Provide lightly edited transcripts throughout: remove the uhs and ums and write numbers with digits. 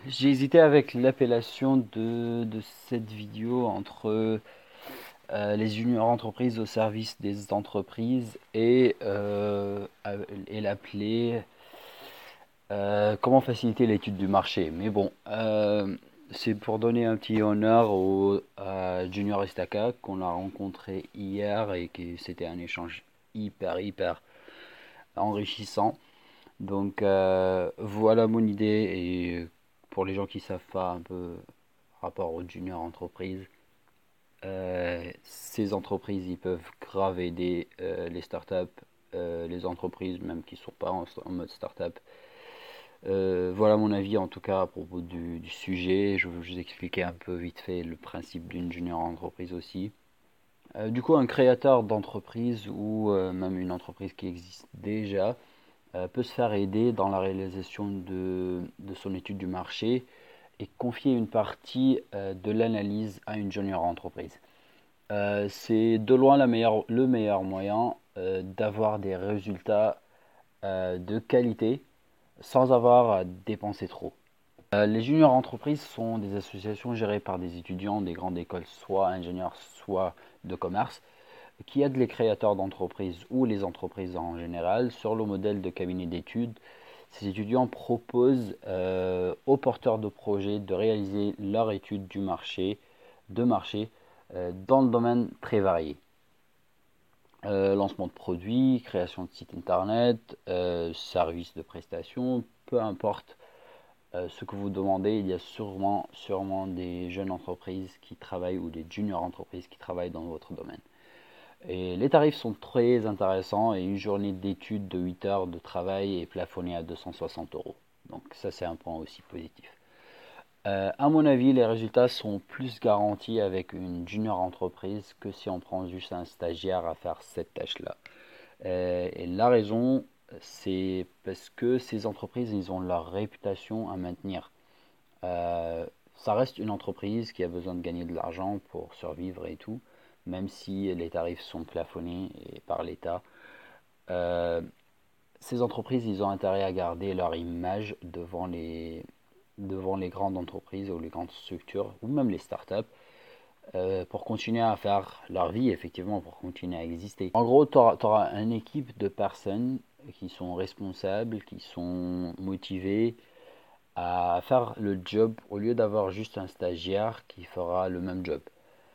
J'ai hésité avec l'appellation de cette vidéo entre les juniors entreprises au service des entreprises et l'appeler comment faciliter l'étude du marché. Mais bon, c'est pour donner un petit honneur à Junior Estaca qu'on a rencontré hier et que c'était un échange hyper enrichissant. Donc voilà mon idée et pour les gens qui savent pas un peu rapport aux junior entreprises, ces entreprises ils peuvent grave aider les startups, les entreprises même qui sont pas en mode startup. Voilà mon avis en tout cas à propos du sujet. Je vais vous expliquer un peu vite fait le principe d'une junior entreprise aussi. Du coup, un créateur d'entreprise ou même une entreprise qui existe déjà peut se faire aider dans la réalisation de son étude du marché et confier une partie de l'analyse à une junior entreprise. C'est de loin le meilleur moyen d'avoir des résultats de qualité sans avoir à dépenser trop. Les juniors entreprises sont des associations gérées par des étudiants des grandes écoles, soit ingénieurs, soit de commerce, qui aident les créateurs d'entreprises ou les entreprises en général sur le modèle de cabinet d'études. Ces étudiants proposent aux porteurs de projets de réaliser leur étude de marché dans le domaine très varié. Lancement de produits, création de sites internet, services de prestation, peu importe ce que vous demandez, il y a sûrement des jeunes entreprises qui travaillent ou des juniors entreprises qui travaillent dans votre domaine. Et les tarifs sont très intéressants et une journée d'études de 8 heures de travail est plafonnée à 260 euros. Donc ça c'est un point aussi positif. À mon avis, les résultats sont plus garantis avec une junior entreprise que si on prend juste un stagiaire à faire cette tâche-là. Et la raison, c'est parce que ces entreprises, ils ont leur réputation à maintenir. Ça reste une entreprise qui a besoin de gagner de l'argent pour survivre et tout, même si les tarifs sont plafonnés par l'État. Euh, Ces entreprises, ils ont intérêt à garder leur image devant les grandes entreprises ou les grandes structures, ou même les startups, pour continuer à faire leur vie, effectivement, pour continuer à exister. En gros, tu auras une équipe de personnes qui sont responsables, qui sont motivées à faire le job au lieu d'avoir juste un stagiaire qui fera le même job.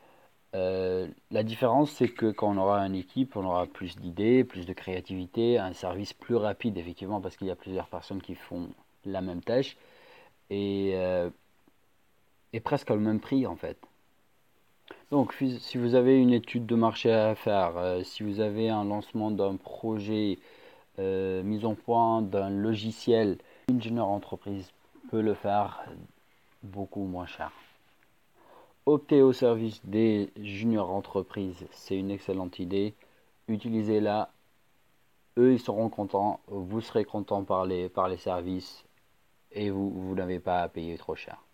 La différence, c'est que quand on aura une équipe, on aura plus d'idées, plus de créativité, un service plus rapide, effectivement, parce qu'il y a plusieurs personnes qui font la même tâche et, euh, et presque au même prix, en fait. Donc, si vous avez une étude de marché à faire, si vous avez un lancement d'un projet, mise en point d'un logiciel, une junior entreprise peut le faire beaucoup moins cher. Opter au service des juniors entreprises, c'est une excellente idée. Utilisez-la. Eux, ils seront contents. Vous serez content par les services et vous n'avez pas à payer trop cher.